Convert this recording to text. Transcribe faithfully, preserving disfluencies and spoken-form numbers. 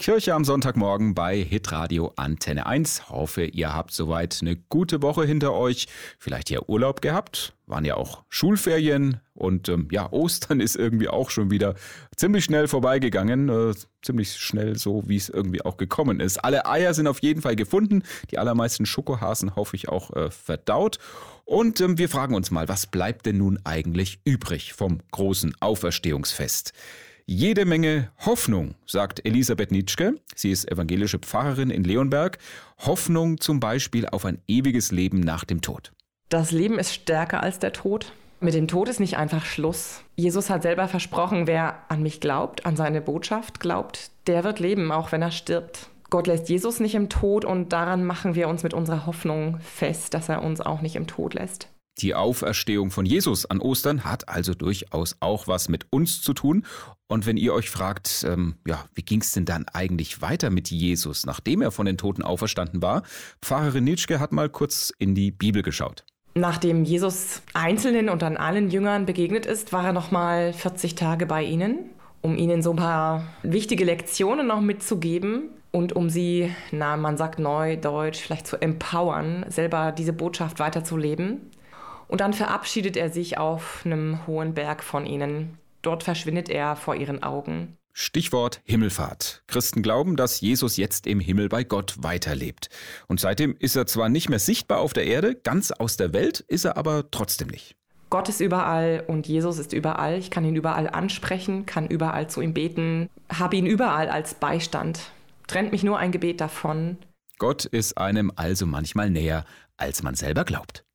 Kirche am Sonntagmorgen bei Hitradio Antenne eins. Hoffe, ihr habt soweit eine gute Woche hinter euch. Vielleicht ja Urlaub gehabt, waren ja auch Schulferien und ähm, ja, Ostern ist irgendwie auch schon wieder ziemlich schnell vorbeigegangen. Äh, ziemlich schnell so, wie es irgendwie auch gekommen ist. Alle Eier sind auf jeden Fall gefunden. Die allermeisten Schokohasen hoffe ich auch äh, verdaut. Und ähm, wir fragen uns mal, was bleibt denn nun eigentlich übrig vom großen Auferstehungsfest? Jede Menge Hoffnung, sagt Elisabeth Nitschke. Sie ist evangelische Pfarrerin in Leonberg. Hoffnung zum Beispiel auf ein ewiges Leben nach dem Tod. Das Leben ist stärker als der Tod. Mit dem Tod ist nicht einfach Schluss. Jesus hat selber versprochen, wer an mich glaubt, an seine Botschaft glaubt, der wird leben, auch wenn er stirbt. Gott lässt Jesus nicht im Tod und daran machen wir uns mit unserer Hoffnung fest, dass er uns auch nicht im Tod lässt. Die Auferstehung von Jesus an Ostern hat also durchaus auch was mit uns zu tun. Und wenn ihr euch fragt, ähm, ja, wie ging es denn dann eigentlich weiter mit Jesus, nachdem er von den Toten auferstanden war? Pfarrerin Nitschke hat mal kurz in die Bibel geschaut. Nachdem Jesus Einzelnen und dann allen Jüngern begegnet ist, war er noch mal vierzig Tage bei ihnen, um ihnen so ein paar wichtige Lektionen noch mitzugeben und um sie, na, man sagt neudeutsch, vielleicht zu empowern, selber diese Botschaft weiterzuleben. Und dann verabschiedet er sich auf einem hohen Berg von ihnen. Dort verschwindet er vor ihren Augen. Stichwort Himmelfahrt. Christen glauben, dass Jesus jetzt im Himmel bei Gott weiterlebt. Und seitdem ist er zwar nicht mehr sichtbar auf der Erde, ganz aus der Welt ist er aber trotzdem nicht. Gott ist überall und Jesus ist überall. Ich kann ihn überall ansprechen, kann überall zu ihm beten, habe ihn überall als Beistand. Trennt mich nur ein Gebet davon. Gott ist einem also manchmal näher, als man selber glaubt.